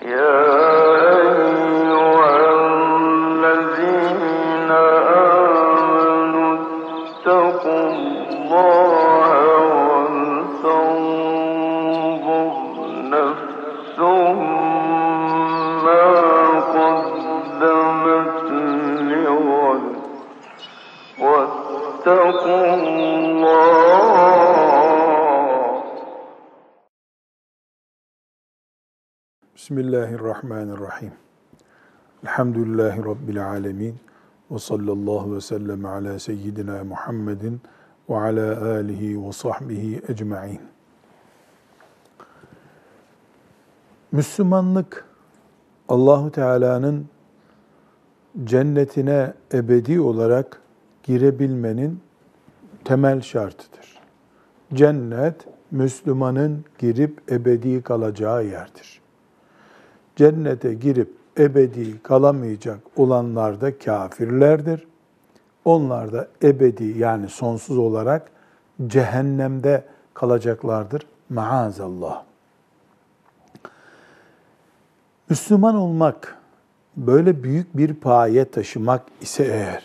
يا أيها الذين آمنوا اتقوا الله ولتنظر نفس ما قدمت لغد واتقوا الله. Bismillahirrahmanirrahim. Elhamdülillahi Rabbil alemin. Ve sallallahu ve sellem ala seyyidina Muhammedin ve ala alihi ve sahbihi ecma'in. Müslümanlık, Allahu Teala'nın cennetine ebedi olarak girebilmenin temel şartıdır. Cennet, Müslümanın girip ebedi kalacağı yerdir. Cennete girip ebedi kalamayacak olanlar da kafirlerdir. Onlar da ebedi yani sonsuz olarak cehennemde kalacaklardır. Maazallah. Müslüman olmak, böyle büyük bir paye taşımak ise eğer,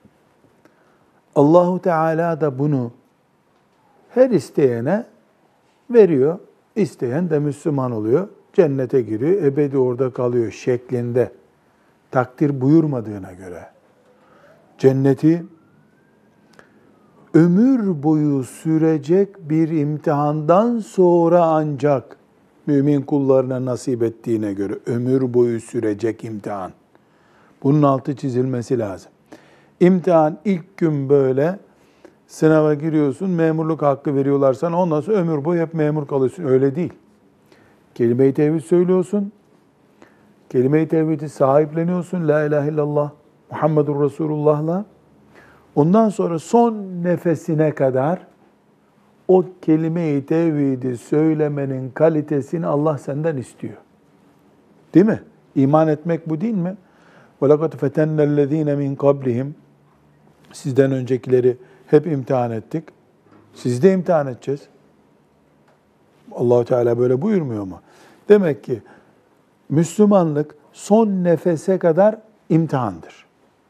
Allahu Teala da bunu her isteyene veriyor. İsteyen de Müslüman oluyor. Cennete giriyor, ebedi orada kalıyor şeklinde takdir buyurmadığına göre cenneti ömür boyu sürecek bir imtihandan sonra ancak mümin kullarına nasip ettiğine göre ömür boyu sürecek imtihan. Bunun altı çizilmesi lazım. İmtihan ilk gün böyle sınava giriyorsun, memurluk hakkı veriyorlar sana, ondan sonra ömür boyu hep memur kalıyorsun. Öyle değil. Kelime-i tevhid söylüyorsun, kelime-i tevhidi sahipleniyorsun, la ilahe illallah, Muhammedur Resulullah'la. Ondan sonra son nefesine kadar o kelime-i tevhidi söylemenin kalitesini Allah senden istiyor. Değil mi? İman etmek bu değil mi? وَلَقَدْ فَتَنَّ الَّذ۪ينَ مِنْ قَبْلِهِمْ Sizden öncekileri hep imtihan ettik. Sizi de imtihan edeceğiz. Allah-u Teala böyle buyurmuyor mu? Demek ki Müslümanlık son nefese kadar imtihandır.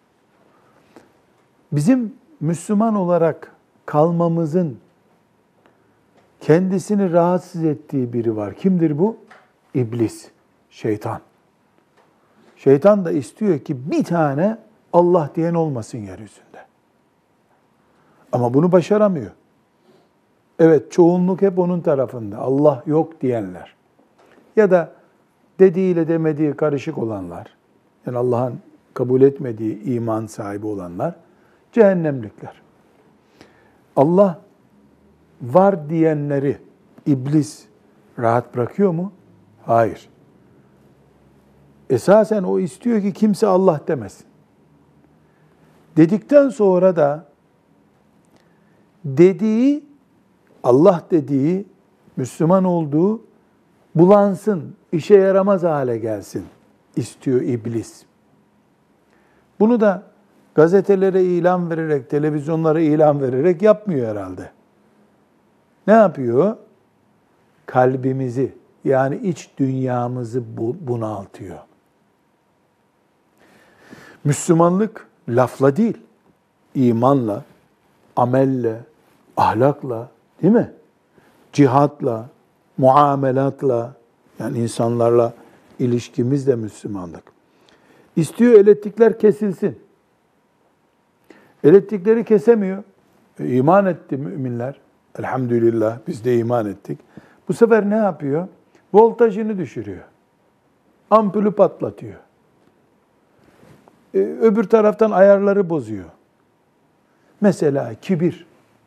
Bizim Müslüman olarak kalmamızın kendisini rahatsız ettiği biri var. Kimdir bu? İblis, şeytan. Şeytan da istiyor ki bir tane Allah diyen olmasın yeryüzünde. Ama bunu başaramıyor. Evet, çoğunluk hep onun tarafında. Allah yok diyenler. Ya da dediğiyle demediği karışık olanlar, yani Allah'ın kabul etmediği iman sahibi olanlar, cehennemlikler. Allah var diyenleri iblis rahat bırakıyor mu? Hayır. Esasen o istiyor ki kimse Allah demesin. Dedikten sonra da dediği, Allah dediği, Müslüman olduğu bulansın, işe yaramaz hale gelsin istiyor iblis. Bunu da gazetelere ilan vererek, televizyonlara ilan vererek yapmıyor herhalde. Ne yapıyor? Kalbimizi, yani iç dünyamızı bunaltıyor. Müslümanlık lafla değil, imanla, amelle, ahlakla, değil mi? Cihatla, muamelatla, yani insanlarla ilişkimizle Müslümanlık. İstiyor elektrikler kesilsin. Elektrikleri kesemiyor. İman etti müminler. Elhamdülillah biz de iman ettik. Bu sefer ne yapıyor? Voltajını düşürüyor. Ampulü patlatıyor. Öbür taraftan ayarları bozuyor. Mesela kibir.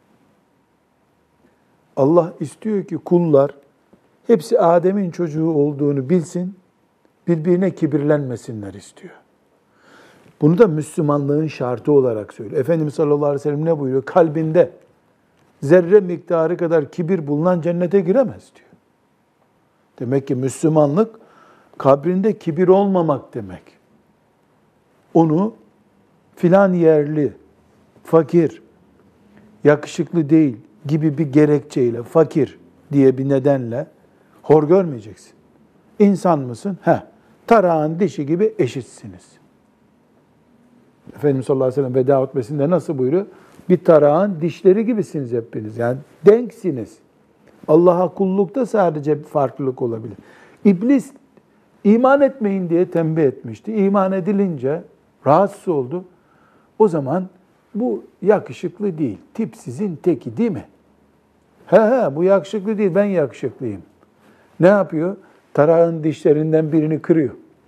Allah istiyor ki kullar hepsi Adem'in çocuğu olduğunu bilsin, birbirine kibirlenmesinler istiyor. Bunu da Müslümanlığın şartı olarak söylüyor. Efendimiz sallallahu aleyhi ve sellem ne buyuruyor? Kalbinde zerre miktarı kadar kibir bulunan cennete giremez diyor. Demek ki Müslümanlık kabrinde kibir olmamak demek. Onu filan yerli, fakir, yakışıklı değil gibi bir gerekçeyle, fakir diye bir nedenle hor görmeyeceksin. İnsan mısın? Tarağın dişi gibi eşitsiniz. Efendimiz sallallahu aleyhi ve sellem veda hutbesinde nasıl buyuruyor? Bir tarağın dişleri gibisiniz hepiniz. Yani denksiniz. Allah'a kullukta sadece bir farklılık olabilir. İblis iman etmeyin diye tembih etmişti. İman edilince rahatsız oldu. O zaman bu yakışıklı değil. Tipsizin teki değil mi? Bu yakışıklı değil, ben yakışıklıyım. Ne yapıyor? Tarağın dişlerinden birini kırıyor.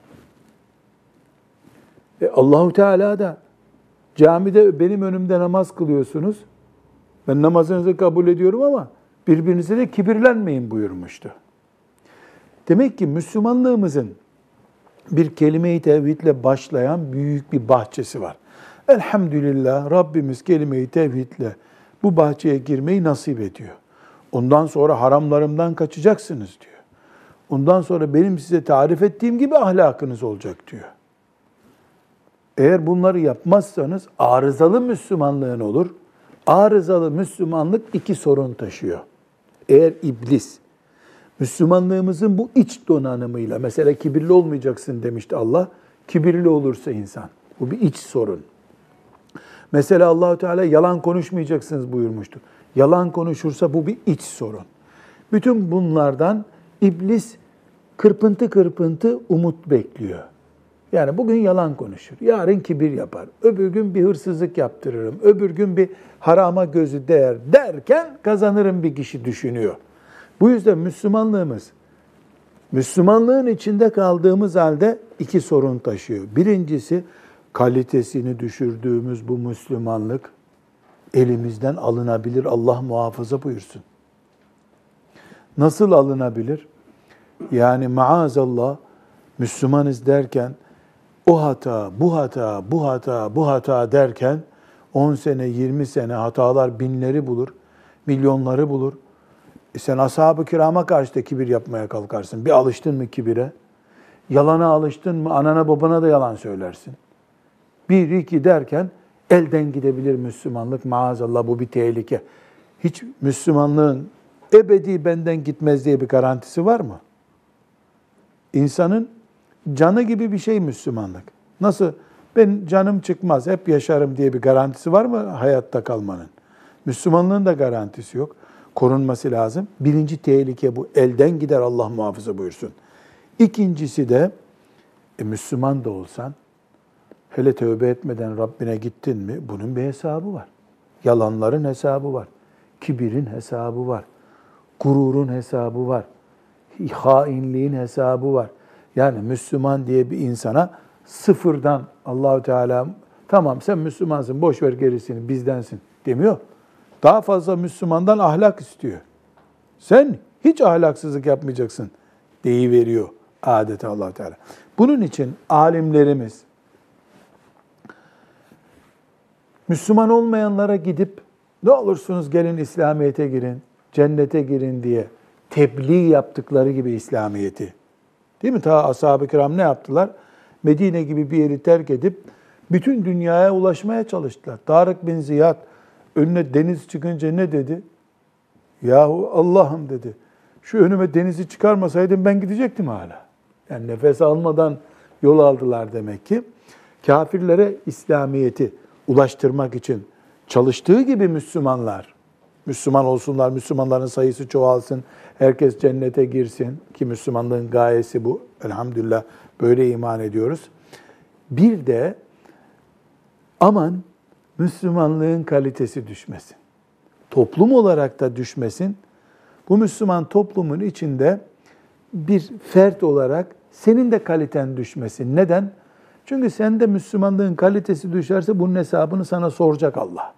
Allahu Teala da camide benim önümde namaz kılıyorsunuz. Ben namazınızı kabul ediyorum ama birbirinize de kibirlenmeyin buyurmuştu. Demek ki Müslümanlığımızın bir kelime-i tevhidle başlayan büyük bir bahçesi var. Elhamdülillah Rabbimiz kelime-i tevhidle bu bahçeye girmeyi nasip ediyor. Ondan sonra haramlarımdan kaçacaksınız diyor. Ondan sonra benim size tarif ettiğim gibi ahlakınız olacak diyor. Eğer bunları yapmazsanız arızalı Müslümanlığın olur. Arızalı Müslümanlık iki sorun taşıyor. Eğer iblis, Müslümanlığımızın bu iç donanımıyla, mesela kibirli olmayacaksın demişti Allah, kibirli olursa insan, bu bir iç sorun. Mesela Allah-u Teala yalan konuşmayacaksınız buyurmuştu. Yalan konuşursa bu bir iç sorun. Bütün bunlardan iblis kırpıntı kırpıntı umut bekliyor. Yani bugün yalan konuşur, yarın kibir yapar, öbür gün bir hırsızlık yaptırırım, öbür gün bir harama gözü değer derken kazanırım bir kişi düşünüyor. Bu yüzden Müslümanlığın içinde kaldığımız halde iki sorun taşıyor. Birincisi, kalitesini düşürdüğümüz bu Müslümanlık elimizden alınabilir, Allah muhafaza buyursun. Nasıl alınabilir? Yani maazallah Müslümanız derken o hata, bu hata, bu hata, bu hata derken 10 sene, 20 sene hatalar binleri bulur, milyonları bulur. Sen ashab-ı kirama karşı da kibir yapmaya kalkarsın. Bir alıştın mı kibire? Yalana alıştın mı anana babana da yalan söylersin. Bir, iki derken elden gidebilir Müslümanlık. Maazallah bu bir tehlike. Hiç Müslümanlığın ebedi benden gitmez diye bir garantisi var mı? İnsanın canı gibi bir şey Müslümanlık. Nasıl? Ben canım çıkmaz, hep yaşarım diye bir garantisi var mı hayatta kalmanın? Müslümanlığın da garantisi yok. Korunması lazım. Birinci tehlike bu. Elden gider, Allah muhafaza buyursun. İkincisi de Müslüman da olsan, hele tövbe etmeden Rabbine gittin mi, bunun bir hesabı var. Yalanların hesabı var. Kibirin hesabı var. Gururun hesabı var. Hainliğin hesabı var. Yani Müslüman diye bir insana sıfırdan Allahu Teala tamam sen Müslümansın, boş ver gerisini, bizdensin demiyor. Daha fazla Müslümandan ahlak istiyor. Sen hiç ahlaksızlık yapmayacaksın deyiveriyor adeta Allah Teala. Bunun için alimlerimiz Müslüman olmayanlara gidip ne olursunuz gelin İslamiyet'e girin, cennete girin diye tebliğ yaptıkları gibi İslamiyet'i. Değil mi? Ta ashab-ı kiram ne yaptılar? Medine gibi bir yeri terk edip bütün dünyaya ulaşmaya çalıştılar. Tarık bin Ziyad önüne deniz çıkınca ne dedi? Yahu Allah'ım dedi. Şu önüme denizi çıkarmasaydım ben gidecektim hala. Yani nefes almadan yol aldılar demek ki. Kafirlere İslamiyet'i ulaştırmak için çalıştığı gibi Müslümanlar, Müslüman olsunlar, Müslümanların sayısı çoğalsın, herkes cennete girsin ki Müslümanlığın gayesi bu. Elhamdülillah böyle iman ediyoruz. Bir de aman Müslümanlığın kalitesi düşmesin. Toplum olarak da düşmesin. Bu Müslüman toplumun içinde bir fert olarak senin de kaliten düşmesin. Neden? Çünkü sende Müslümanlığın kalitesi düşerse bunun hesabını sana soracak Allah.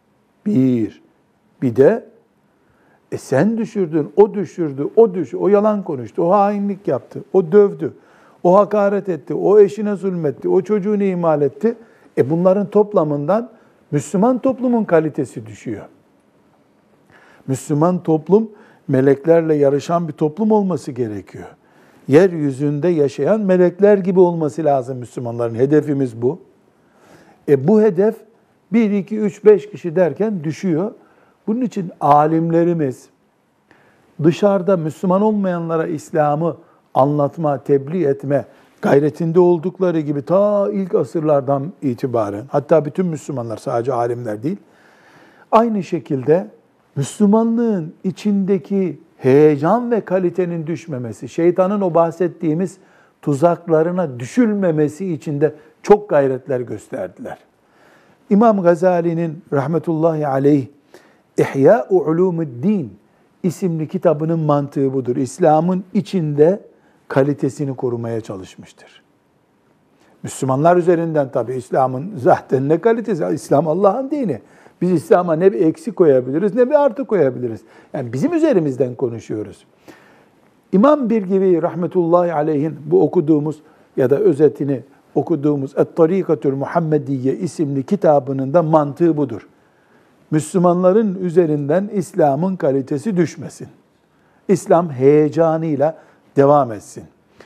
Bir de sen düşürdün, o düşürdü, o yalan konuştu, o hainlik yaptı, o dövdü, o hakaret etti, o eşine zulmetti, o çocuğunu ihmal etti. Bunların toplamından Müslüman toplumun kalitesi düşüyor. Müslüman toplum meleklerle yarışan bir toplum olması gerekiyor. Yeryüzünde yaşayan melekler gibi olması lazım Müslümanların. Hedefimiz bu. Bu hedef 1, 2, 3, 5 kişi derken düşüyor. Bunun için alimlerimiz dışarıda Müslüman olmayanlara İslam'ı anlatma, tebliğ etme gayretinde oldukları gibi ta ilk asırlardan itibaren, hatta bütün Müslümanlar, sadece alimler değil, aynı şekilde Müslümanlığın içindeki heyecan ve kalitenin düşmemesi, şeytanın o bahsettiğimiz tuzaklarına düşülmemesi için de çok gayretler gösterdiler. İmam Gazali'nin rahmetullahi aleyh İhya-u Ulumuddin isimli kitabının mantığı budur. İslam'ın içinde kalitesini korumaya çalışmıştır. Müslümanlar üzerinden tabii İslam'ın zaten ne kalitesi? İslam Allah'ın dini. Biz İslam'a ne bir eksi koyabiliriz ne bir artı koyabiliriz. Yani bizim üzerimizden konuşuyoruz. İmam Birgivi rahmetullahi aleyhin bu okuduğumuz ya da özetini okuduğumuz Et-Tarikatül Muhammediye isimli kitabının da mantığı budur. Müslümanların üzerinden İslam'ın kalitesi düşmesin. İslam heyecanıyla devam etsin.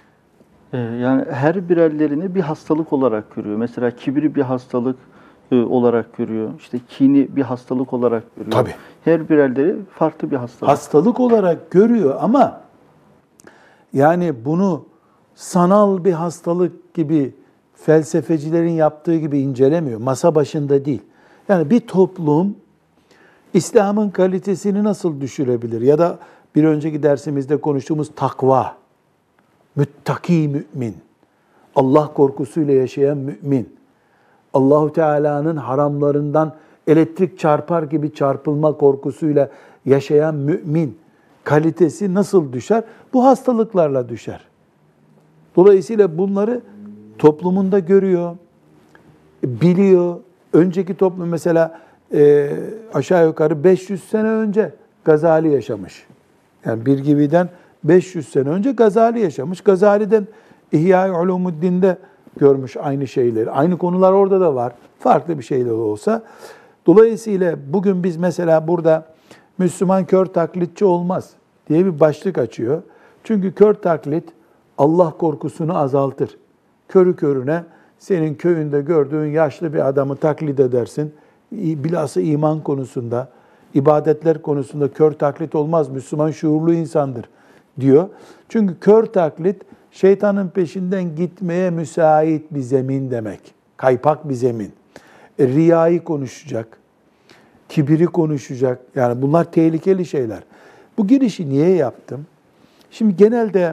Yani her birerlerini bir hastalık olarak görüyor. Mesela kibri bir hastalık olarak görüyor. İşte kini bir hastalık olarak görüyor. Tabii. Her birerleri farklı bir hastalık. Hastalık olarak görüyor ama yani bunu sanal bir hastalık gibi felsefecilerin yaptığı gibi incelemiyor. Masa başında değil. Yani bir toplum İslam'ın kalitesini nasıl düşürebilir? Ya da bir önceki dersimizde konuştuğumuz takva, müttaki mümin, Allah korkusuyla yaşayan mümin, Allahu Teala'nın haramlarından elektrik çarpar gibi çarpılma korkusuyla yaşayan mümin kalitesi nasıl düşer? Bu hastalıklarla düşer. Dolayısıyla bunları toplumunda görüyor, biliyor. Önceki toplum mesela aşağı yukarı 500 sene önce Gazali yaşamış. Yani Birgivi'den 500 sene önce Gazali yaşamış. Gazali'den İhya-i Ulumuddin'de görmüş aynı şeyleri. Aynı konular orada da var. Farklı bir şeyler olsa. Dolayısıyla bugün biz mesela burada Müslüman kör taklitçi olmaz diye bir başlık açıyor. Çünkü kör taklit Allah korkusunu azaltır. Körü körüne senin köyünde gördüğün yaşlı bir adamı taklit edersin. Bilhassa iman konusunda, ibadetler konusunda kör taklit olmaz. Müslüman şuurlu insandır diyor. Çünkü kör taklit şeytanın peşinden gitmeye müsait bir zemin demek. Kaypak bir zemin. Riyayı konuşacak, kibiri konuşacak. Yani bunlar tehlikeli şeyler. Bu girişi niye yaptım? Şimdi genelde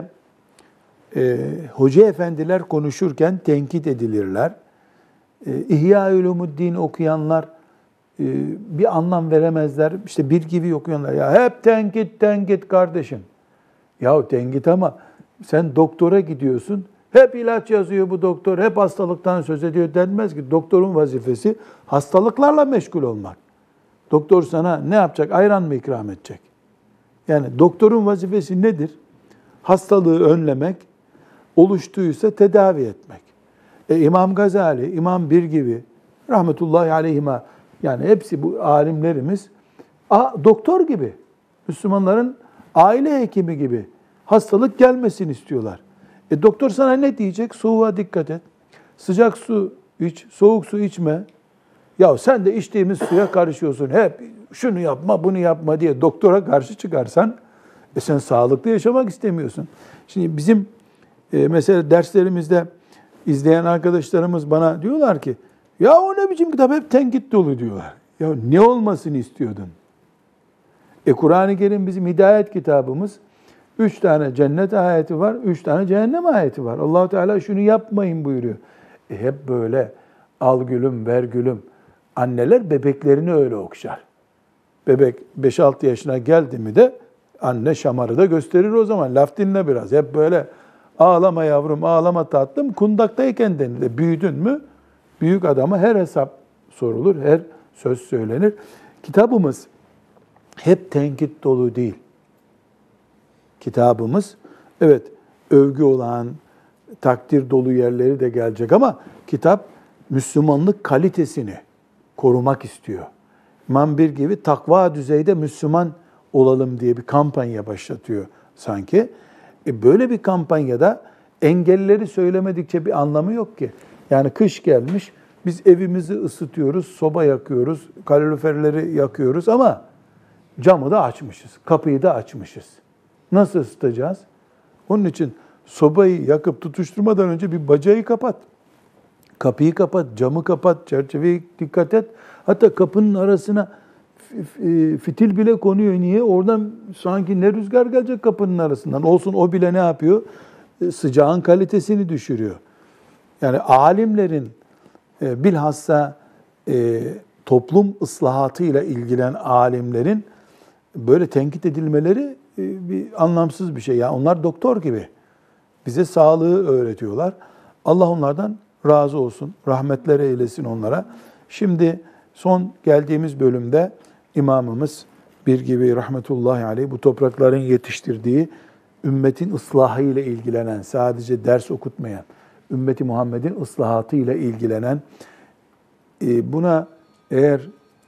hoca efendiler konuşurken tenkit edilirler. İhya-i Ulumuddin okuyanlar bir anlam veremezler. İşte bir gibi okuyanlar. Ya hep tenkit kardeşim. Yahu tenkit ama sen doktora gidiyorsun. Hep ilaç yazıyor bu doktor. Hep hastalıktan söz ediyor denmez ki. Doktorun vazifesi hastalıklarla meşgul olmak. Doktor sana ne yapacak? Ayran mı ikram edecek? Yani doktorun vazifesi nedir? Hastalığı önlemek, oluştuysa tedavi etmek. İmam Gazali, İmam Birgivi, rahmetullahi aleyhima, yani hepsi bu alimlerimiz doktor gibi, Müslümanların aile hekimi gibi hastalık gelmesin istiyorlar. Doktor sana ne diyecek? Soğuğa dikkat et. Sıcak su iç, soğuk su içme. Ya sen de içtiğimiz suya karışıyorsun. Hep şunu yapma, bunu yapma diye doktora karşı çıkarsan sen sağlıklı yaşamak istemiyorsun. Şimdi bizim mesela derslerimizde izleyen arkadaşlarımız bana diyorlar ki ya o ne biçim kitap, hep tenkit dolu diyorlar. Ya ne olmasını istiyordun? Kur'an-ı Kerim bizim hidayet kitabımız. 3 tane cennet ayeti var, 3 tane cehennem ayeti var. Allah-u Teala şunu yapmayın buyuruyor. Hep böyle al gülüm, ver gülüm. Anneler bebeklerini öyle okşar. Bebek 5-6 yaşına geldi mi de anne şamarı da gösterir o zaman. Laf dinle biraz. Hep böyle ağlama yavrum, ağlama tatlım. Kundaktayken denilir. Büyüdün mü büyük adama her hesap sorulur, her söz söylenir. Kitabımız hep tenkit dolu değil. Kitabımız evet övgü olan, takdir dolu yerleri de gelecek ama kitap Müslümanlık kalitesini korumak istiyor. İmam Birgivi takva düzeyde Müslüman olalım diye bir kampanya başlatıyor sanki. Böyle bir kampanyada engelleri söylemedikçe bir anlamı yok ki. Yani kış gelmiş, biz evimizi ısıtıyoruz, soba yakıyoruz, kaloriferleri yakıyoruz ama camı da açmışız, kapıyı da açmışız. Nasıl ısıtacağız? Onun için sobayı yakıp tutuşturmadan önce bir bacayı kapat. Kapıyı kapat, camı kapat, çerçeveyi dikkat et. Hatta kapının arasına fitil bile konuyor. Niye? Oradan sanki ne rüzgar gelecek kapının arasından. Olsun, o bile ne yapıyor? Sıcağın kalitesini düşürüyor. Yani alimlerin bilhassa toplum ıslahatıyla ilgilenen alimlerin böyle tenkit edilmeleri bir anlamsız bir şey. Yani onlar doktor gibi. Bize sağlığı öğretiyorlar. Allah onlardan razı olsun. Rahmetler eylesin onlara. Şimdi son geldiğimiz bölümde imamımız bir gibi rahmetullahi aleyh bu toprakların yetiştirdiği ümmetin ıslahı ile ilgilenen, sadece ders okutmayan, ümmeti Muhammed'in ıslahatı ile ilgilenen, buna eğer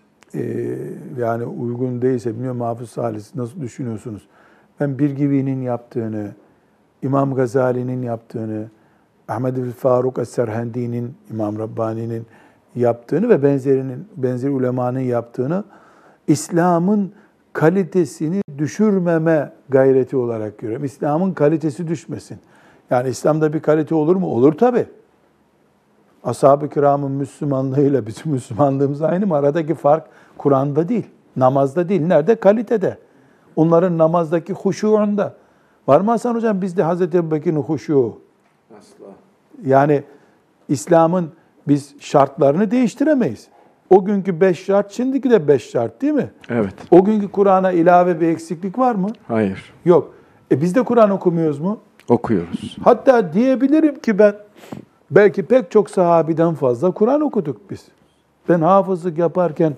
yani uygun değilse, bilmiyorum Hafız Salih nasıl düşünüyorsunuz? Ben Birgivi'nin yaptığını, İmam Gazali'nin yaptığını, Ahmed Faruk Es-Serhendi'nin, İmam Rabbani'nin yaptığını ve benzeri ulemanın yaptığını İslam'ın kalitesini düşürmeme gayreti olarak görüyorum. İslam'ın kalitesi düşmesin. Yani İslam'da bir kalite olur mu? Olur tabii. Ashab-ı kiramın Müslümanlığıyla bizim Müslümanlığımız aynı mı? Aradaki fark Kur'an'da değil, namazda değil. Nerede? Kalitede. Onların namazdaki huşuğunda. Var mı Hasan Hocam bizde Hazreti Ebubekir'in huşuğu? Asla. Yani İslam'ın biz şartlarını değiştiremeyiz. O günkü 5 şart, şimdiki de 5 şart değil mi? Evet. O günkü Kur'an'a ilave bir eksiklik var mı? Hayır. Yok. Biz de Kur'an okumuyoruz mu? Okuyoruz. Hatta diyebilirim ki ben belki pek çok sahabiden fazla Kur'an okuduk biz. Ben hafızlık yaparken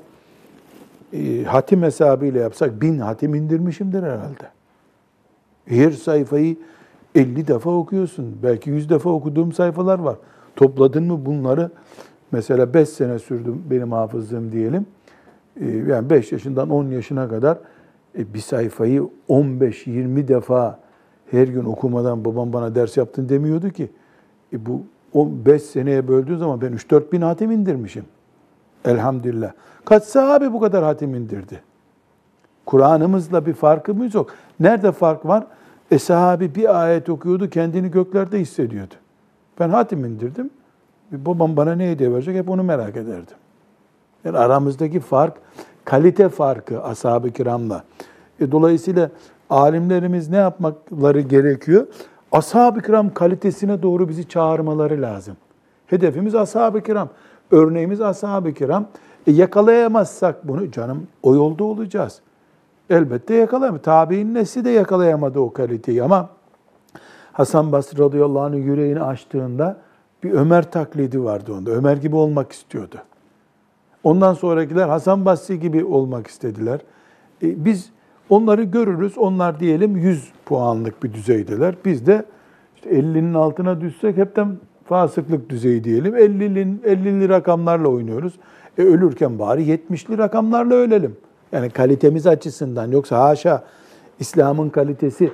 hatim hesabıyla yapsak 1000 hatim indirmişimdir herhalde. Her sayfayı 50 defa okuyorsun. Belki 100 defa okuduğum sayfalar var. Topladın mı bunları? Mesela 5 sene sürdü benim hafızlığım diyelim. Yani 5 yaşından 10 yaşına kadar bir sayfayı 15-20 defa her gün okumadan babam bana ders yaptın demiyordu ki. Bu 5 seneye böldüğün zaman ben 3-4 bin hatim indirmişim. Elhamdülillah. Kaç sahabe bu kadar hatim indirdi? Kur'an'ımızla bir farkımız yok. Nerede fark var? Sahabi bir ayet okuyordu, kendini göklerde hissediyordu. Ben hatim indirdim. Babam bana ne hediye verecek? Hep onu merak ederdim. Yani aramızdaki fark, kalite farkı ashab-ı kiramla. Dolayısıyla alimlerimiz ne yapmakları gerekiyor? Ashab-ı kiram kalitesine doğru bizi çağırmaları lazım. Hedefimiz ashab-ı kiram. Örneğimiz ashab-ı kiram. Yakalayamazsak bunu, canım o yolda olacağız. Elbette yakalayamayız. Tabi'in nesli de yakalayamadı o kaliteyi ama Hasan Basri radıyallahu anh'ın yüreğini açtığında bir Ömer taklidi vardı onda. Ömer gibi olmak istiyordu. Ondan sonrakiler Hasan Basri gibi olmak istediler. Biz onları görürüz. Onlar diyelim 100 puanlık bir düzeydeler. Biz de işte 50'nin altına düşsek hepten fasıklık düzeyi diyelim. 50'li rakamlarla oynuyoruz. Ölürken bari 70'li rakamlarla ölelim. Yani kalitemiz açısından. Yoksa haşa İslam'ın kalitesi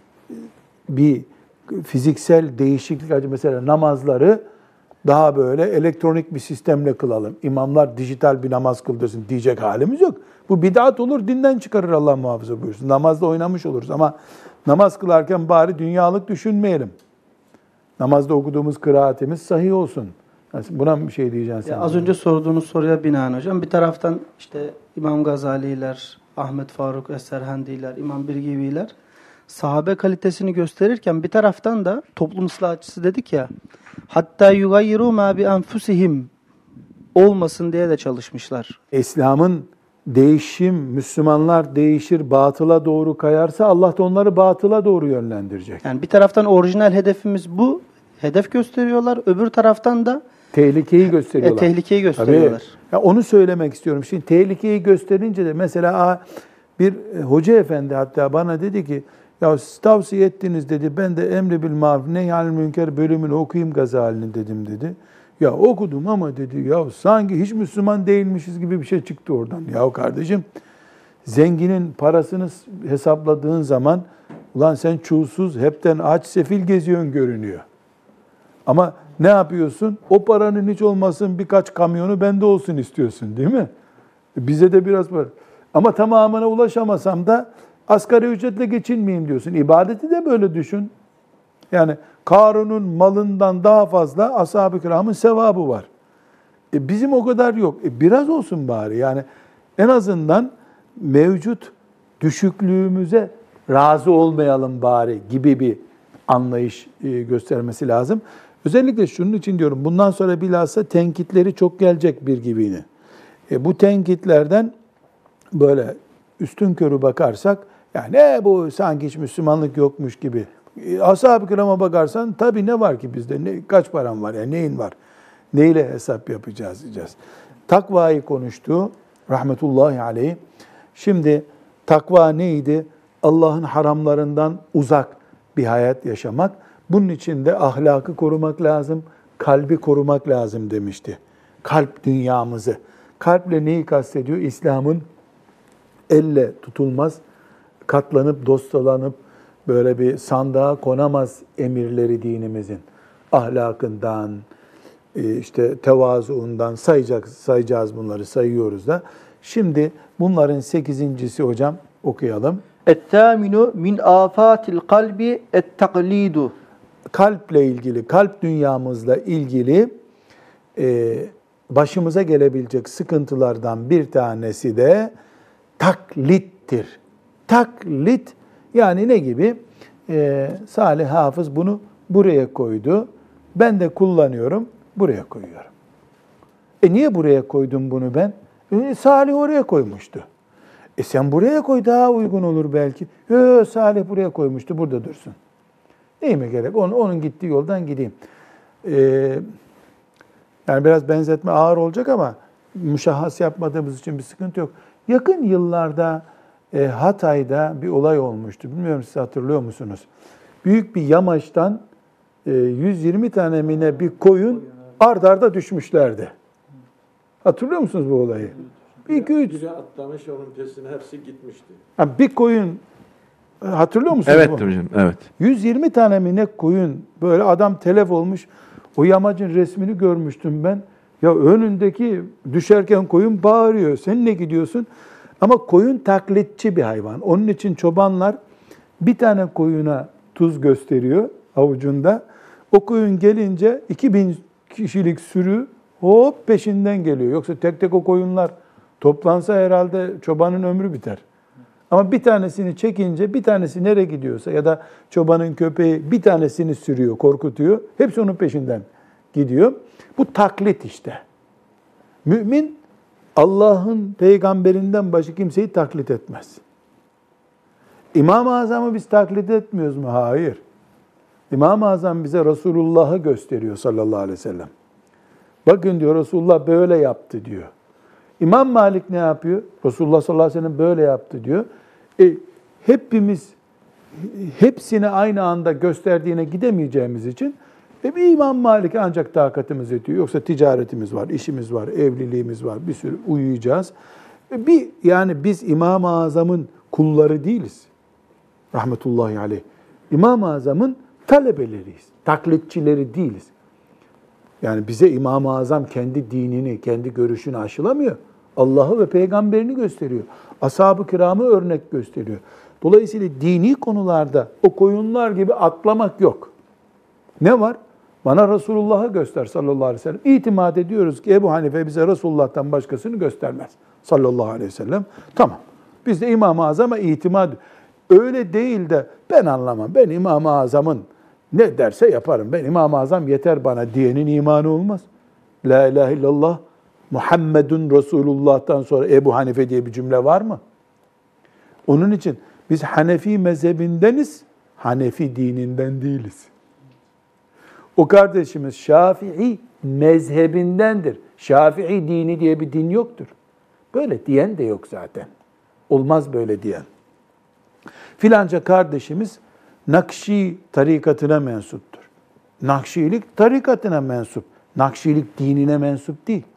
bir fiziksel değişiklik, mesela namazları daha böyle elektronik bir sistemle kılalım. İmamlar dijital bir namaz kıldırsın diyecek halimiz yok. Bu bid'at olur, dinden çıkarır Allah muhafaza buyursun. Namazda oynamış oluruz ama namaz kılarken bari dünyalık düşünmeyelim. Namazda okuduğumuz kıraatimiz sahih olsun. Buna bir şey diyeceksin sen. Az önce sorduğunuz soruya binaen hocam, bir taraftan işte İmam Gazaliler, Ahmet Faruk Es-Serhendiler, İmam Birgiviler sahabe kalitesini gösterirken bir taraftan da toplum ıslahçısı dedik ya, hatta yugayyiru ma bi enfusihim olmasın diye de çalışmışlar. İslam'ın değişim, Müslümanlar değişir, batıla doğru kayarsa Allah da onları batıla doğru yönlendirecek. Yani bir taraftan orijinal hedefimiz bu, hedef gösteriyorlar. Öbür taraftan da tehlikeyi gösteriyorlar. Tehlikeyi gösteriyorlar. Ya onu söylemek istiyorum. Şimdi tehlikeyi gösterince de mesela bir hoca efendi hatta bana dedi ki ya siz tavsiye ettiniz dedi. Ben de Emri bil Maruf Nehy'anil Münker bölümünü okuyayım Gazali'nin dedim dedi. Ya okudum ama dedi ya sanki hiç Müslüman değilmişiz gibi bir şey çıktı oradan. Ya kardeşim zenginin parasını hesapladığın zaman ulan sen çulsuz hepten aç sefil geziyorsun görünüyor. Ama ne yapıyorsun? O paranın hiç olmasın birkaç kamyonu bende olsun istiyorsun değil mi? Bize de biraz var. Ama tamamına ulaşamasam da asgari ücretle geçinmeyeyim diyorsun. İbadeti de böyle düşün. Yani Karun'un malından daha fazla ashab-ı kiramın sevabı var. Bizim o kadar yok. Biraz olsun bari. Yani en azından mevcut düşüklüğümüze razı olmayalım bari gibi bir anlayış göstermesi lazım. Özellikle şunun için diyorum, bundan sonra bilhassa tenkitleri çok gelecek bir gibini. Bu tenkitlerden böyle üstünkörü bakarsak, yani bu sanki hiç Müslümanlık yokmuş gibi. Ashab-ı kirama bakarsan tabii ne var ki bizde, kaç param var, yani neyin var, neyle hesap yapacağız diyeceğiz. Takvayı konuştu rahmetullahi aleyh. Şimdi takva neydi? Allah'ın haramlarından uzak bir hayat yaşamak. Bunun için de ahlakı korumak lazım, kalbi korumak lazım demişti. Kalp dünyamızı. Kalple neyi kastediyor? İslam'ın elle tutulmaz, katlanıp dostalanıp böyle bir sandığa konamaz emirleri dinimizin. Ahlakından, işte tevazuundan sayacağız, bunları sayıyoruz da. Şimdi bunların 8.'si hocam okuyalım. Et-tâminu min âfâtil kalbi et-taklidu. Kalple ilgili, kalp dünyamızla ilgili başımıza gelebilecek sıkıntılardan bir tanesi de taklittir. Taklit yani ne gibi? Salih Hafız bunu buraya koydu. Ben de kullanıyorum, buraya koyuyorum. Niye buraya koydum bunu ben? Salih oraya koymuştu. Sen buraya koy, daha uygun olur belki. Salih buraya koymuştu, burada dursun. Neyime gerek? Onun gittiği yoldan gideyim. Yani biraz benzetme ağır olacak ama müşahhas yapmadığımız için bir sıkıntı yok. Yakın yıllarda Hatay'da bir olay olmuştu. Bilmiyorum, siz hatırlıyor musunuz? Büyük bir yamaçtan 120 tane mi ne bir koyun ard arda düşmüşlerdi. Hatırlıyor musunuz bu olayı? Biri atlamış, onun pesine hepsi gitmişti. Bir koyun, hatırlıyor musunuz? Evet hocam, evet. 120 tane mi ne koyun, böyle adam telef olmuş. O yamacın resmini görmüştüm ben. Ya önündeki düşerken koyun bağırıyor. Sen ne gidiyorsun? Ama koyun taklitçi bir hayvan. Onun için çobanlar bir tane koyuna tuz gösteriyor avucunda. O koyun gelince 2000 kişilik sürü hop peşinden geliyor. Yoksa tek tek o koyunlar toplansa herhalde çobanın ömrü biter. Ama bir tanesini çekince bir tanesi nereye gidiyorsa ya da çobanın köpeği bir tanesini sürüyor, korkutuyor. Hepsi onun peşinden gidiyor. Bu taklit işte. Mümin Allah'ın peygamberinden başka kimseyi taklit etmez. İmam-ı Azam'ı biz taklit etmiyoruz mu? Hayır. İmam-ı Azam bize Resulullah'ı gösteriyor sallallahu aleyhi ve sellem. Bakın diyor, Resulullah böyle yaptı diyor. İmam Malik ne yapıyor? Resulullah sallallahu aleyhi ve sellem böyle yaptı diyor. Hepimiz hepsini aynı anda gösterdiğine gidemeyeceğimiz için bir İmam Malik'e ancak takatimiz yetiyor. Yoksa ticaretimiz var, işimiz var, evliliğimiz var, bir sürü uyuyacağız. Yani biz İmam-ı Azam'ın kulları değiliz. Rahmetullahi aleyh. İmam-ı Azam'ın talebeleriyiz. Taklitçileri değiliz. Yani bize İmam-ı Azam kendi dinini, kendi görüşünü aşılamıyor. Allah'ı ve peygamberini gösteriyor. Ashab-ı kiramı örnek gösteriyor. Dolayısıyla dini konularda o koyunlar gibi atlamak yok. Ne var? Bana Resulullah'ı göster sallallahu aleyhi ve sellem. İtimat ediyoruz ki Ebu Hanife bize Resulullah'tan başkasını göstermez sallallahu aleyhi ve sellem. Tamam. Biz de İmam-ı Azam'a itimat. Öyle değil de ben anlamam. Ben İmam-ı Azam'ın ne derse yaparım. Ben İmam-ı Azam yeter bana diyenin imanı olmaz. La ilahe illallah Muhammedun Resulullah'tan sonra Ebu Hanife diye bir cümle var mı? Onun için biz Hanefi mezhebindeniz, Hanefi dininden değiliz. O kardeşimiz Şafii mezhebindendir. Şafii dini diye bir din yoktur. Böyle diyen de yok zaten. Olmaz böyle diyen. Filanca kardeşimiz Nakşi tarikatına mensuptur. Nakşilik tarikatına mensup. Nakşilik dinine mensup değil.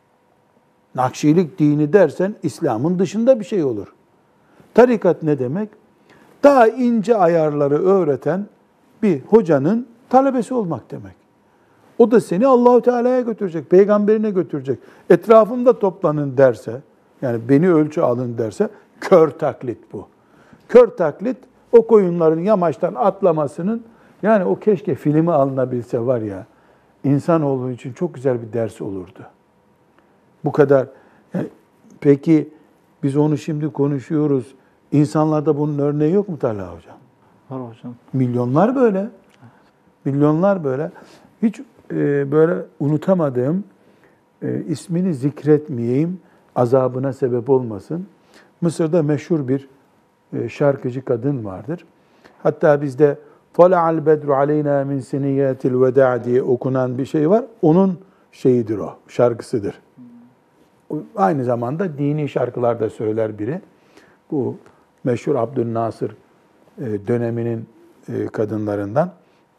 Nakşilik dini dersen İslam'ın dışında bir şey olur. Tarikat ne demek? Daha ince ayarları öğreten bir hocanın talebesi olmak demek. O da seni Allahu Teala'ya götürecek, peygamberine götürecek. Etrafımda toplanın derse, yani beni ölçü alın derse, kör taklit bu. Kör taklit, o koyunların yamaçtan atlamasının Yani o keşke filmi alınabilse var ya, insanoğlu için çok güzel bir ders olurdu. Bu kadar. Yani, peki biz onu şimdi konuşuyoruz. İnsanlarda bunun örneği yok mu Talha Hocam? Var hocam. Milyonlar böyle. Milyonlar böyle. Hiç böyle unutamadığım, ismini zikretmeyeyim, azabına sebep olmasın. Mısır'da meşhur bir şarkıcı kadın vardır. Hatta bizde "Tala'al bedru aleyna min seniyatil veda" diye okunan bir şey var. Onun şeyidir o, şarkısıdır. Aynı zamanda dini şarkılar da söyler biri. Bu meşhur Abdülnasır döneminin kadınlarından.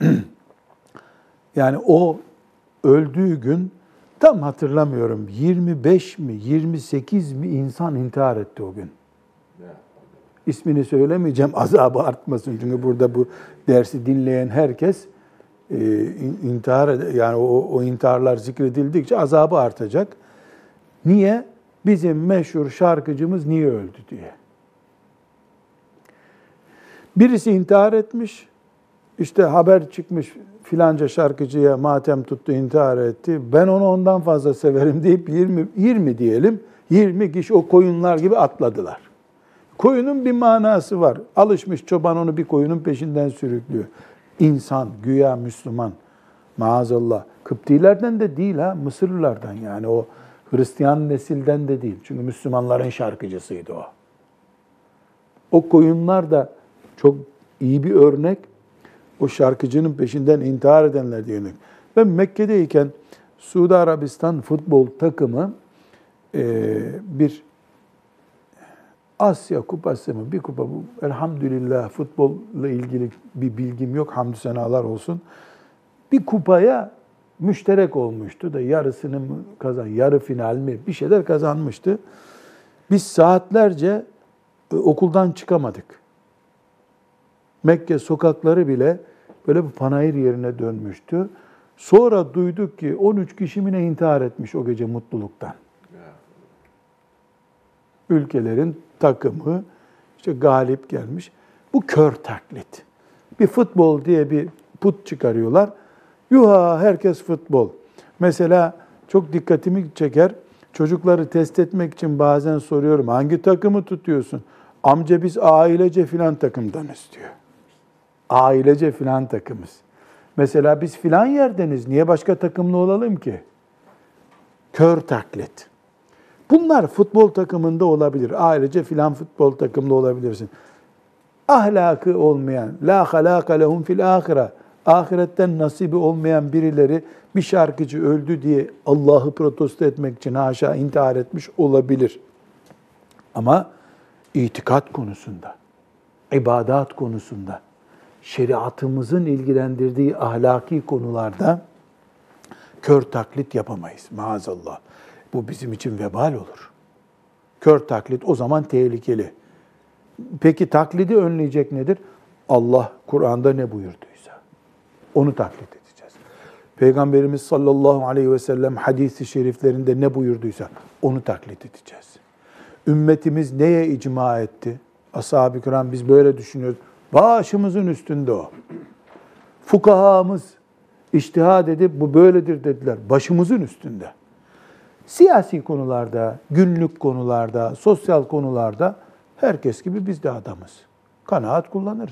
Yani o öldüğü gün tam hatırlamıyorum, 25 mi 28 mi insan intihar etti o gün. İsmini söylemeyeceğim azabı artmasın, çünkü burada bu dersi dinleyen herkes intihar yani o intiharlar zikredildikçe azabı artacak. Niye? Bizim meşhur şarkıcımız niye öldü diye. Birisi intihar etmiş, işte haber çıkmış filanca şarkıcıya matem tuttu, intihar etti. Ben onu ondan fazla severim deyip 20 diyelim, 20 kişi o koyunlar gibi atladılar. Koyunun bir manası var. Alışmış çoban onu bir koyunun peşinden sürüklüyor. İnsan, güya Müslüman, maazallah. Kıptilerden de değil ha, Mısırlılardan, yani o Hristiyan nesilden de değil. Çünkü Müslümanların şarkıcısıydı o. O koyunlar da çok iyi bir örnek. O şarkıcının peşinden intihar edenler diye örnek. Ben Mekke'deyken Suudi Arabistan futbol takımı bir Asya kupası mı, bir kupa bu. Elhamdülillah futbolla ilgili bir bilgim yok. Hamdü senalar olsun. Bir kupaya müşterek olmuştu da yarısını mı yarı final mi bir şeyler kazanmıştı. Biz saatlerce okuldan çıkamadık. Mekke sokakları bile böyle bir panayır yerine dönmüştü. Sonra duyduk ki 13 kişi mi ne intihar etmiş o gece mutluluktan. Ülkelerin takımı işte galip gelmiş. Bu kör taklit. Bir futbol diye bir put çıkarıyorlar. Yuha herkes futbol. Mesela çok dikkatimi çeker. Çocukları test etmek için bazen soruyorum. Hangi takımı tutuyorsun? Amca biz ailece filan takımdanız diyor. Ailece filan takımız. Mesela biz filan yerdeniz. Niye başka takımlı olalım ki? Kör taklit. Bunlar futbol takımında olabilir. Ailece filan futbol takımında olabilirsin. Ahlakı olmayan, la halaka lehum fil ahire, ahiretten nasibi olmayan birileri bir şarkıcı öldü diye Allah'ı protesto etmek için haşa intihar etmiş olabilir. Ama itikat konusunda, ibadat konusunda, şeriatımızın ilgilendirdiği ahlaki konularda kör taklit yapamayız maazallah. Bu bizim için vebal olur. Kör taklit o zaman tehlikeli. Peki taklidi önleyecek nedir? Allah Kur'an'da ne buyurduysa onu taklit edeceğiz. Peygamberimiz sallallahu aleyhi ve sellem hadis-i şeriflerinde ne buyurduysa onu taklit edeceğiz. Ümmetimiz neye icma etti? Ashab-ı kiram biz böyle düşünüyoruz. Başımızın üstünde o. Fukahamız içtihad edip bu böyledir dediler. Başımızın üstünde. Siyasi konularda, günlük konularda, sosyal konularda herkes gibi biz de adamız. Kanaat kullanırız.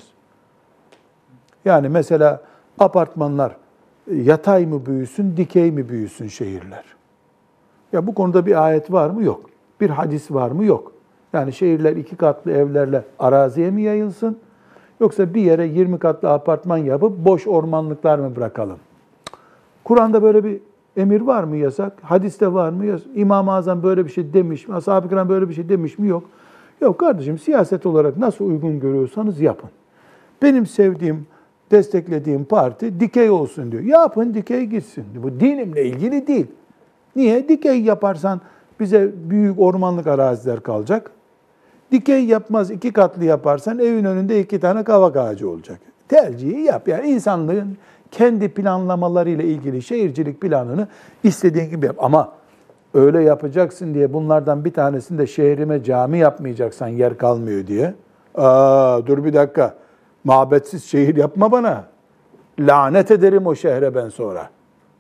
Yani mesela apartmanlar yatay mı büyüsün, dikey mi büyüsün şehirler? Ya bu konuda bir ayet var mı? Yok. Bir hadis var mı? Yok. Yani şehirler 2 katlı evlerle araziye mi yayılsın? Yoksa bir yere 20 katlı apartman yapıp boş ormanlıklar mı bırakalım? Kur'an'da böyle bir emir var mı, yasak? Hadiste var mı? Yasak. İmam-ı Azam böyle bir şey demiş mi? Ashab-ı kiram böyle bir şey demiş mi? Yok. Yok kardeşim, siyaset olarak nasıl uygun görüyorsanız yapın. Benim sevdiğim, desteklediğim parti dikey olsun diyor. Yapın, dikey gitsin. Bu dinimle ilgili değil. Niye? Dikey yaparsan bize büyük ormanlık araziler kalacak. Dikey yapmaz, 2 katlı yaparsan evin önünde 2 tane kavak ağacı olacak. Tercihi yap. Yani insanlığın kendi planlamalarıyla ilgili şehircilik planını istediğin gibi yap. Ama öyle yapacaksın diye bunlardan bir tanesini de şehrime cami yapmayacaksan yer kalmıyor diye. Dur bir dakika, mabetsiz şehir yapma bana. lanet ederim o şehre ben sonra.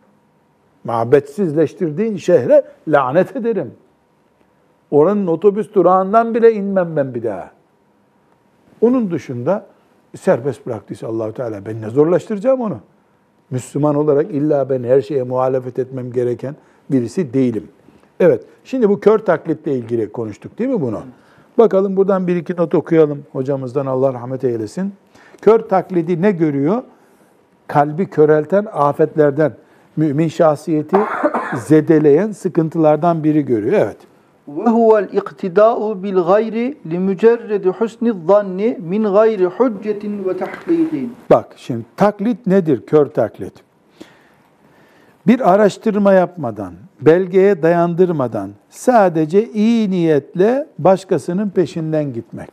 Mabetsizleştirdiğin şehre lanet ederim. Oranın otobüs durağından bile inmem ben bir daha. Onun dışında serbest bıraktıysa Allahu Teala ben ne zorlaştıracağım onu? Müslüman olarak illa ben her şeye muhalefet etmem gereken birisi değilim. Evet, şimdi bu kör taklitle ilgili konuştuk değil mi bunu? Bakalım buradan bir iki not okuyalım hocamızdan, Allah rahmet eylesin. Kör taklidi ne görüyor? Kalbi körelten afetlerden, mümin şahsiyeti zedeleyen sıkıntılardan biri görüyor. Evet. وَهُوَ الْاِقْتِدَاءُ بِالْغَيْرِ لِمُجَرَّدِ حُسْنِ الظَّنِّ مِنْ غَيْرِ حُجَّةٍ وَتَحْقِيقٍ. Bak şimdi taklit nedir? Kör taklit. Bir araştırma yapmadan, belgeye dayandırmadan sadece iyi niyetle başkasının peşinden gitmek.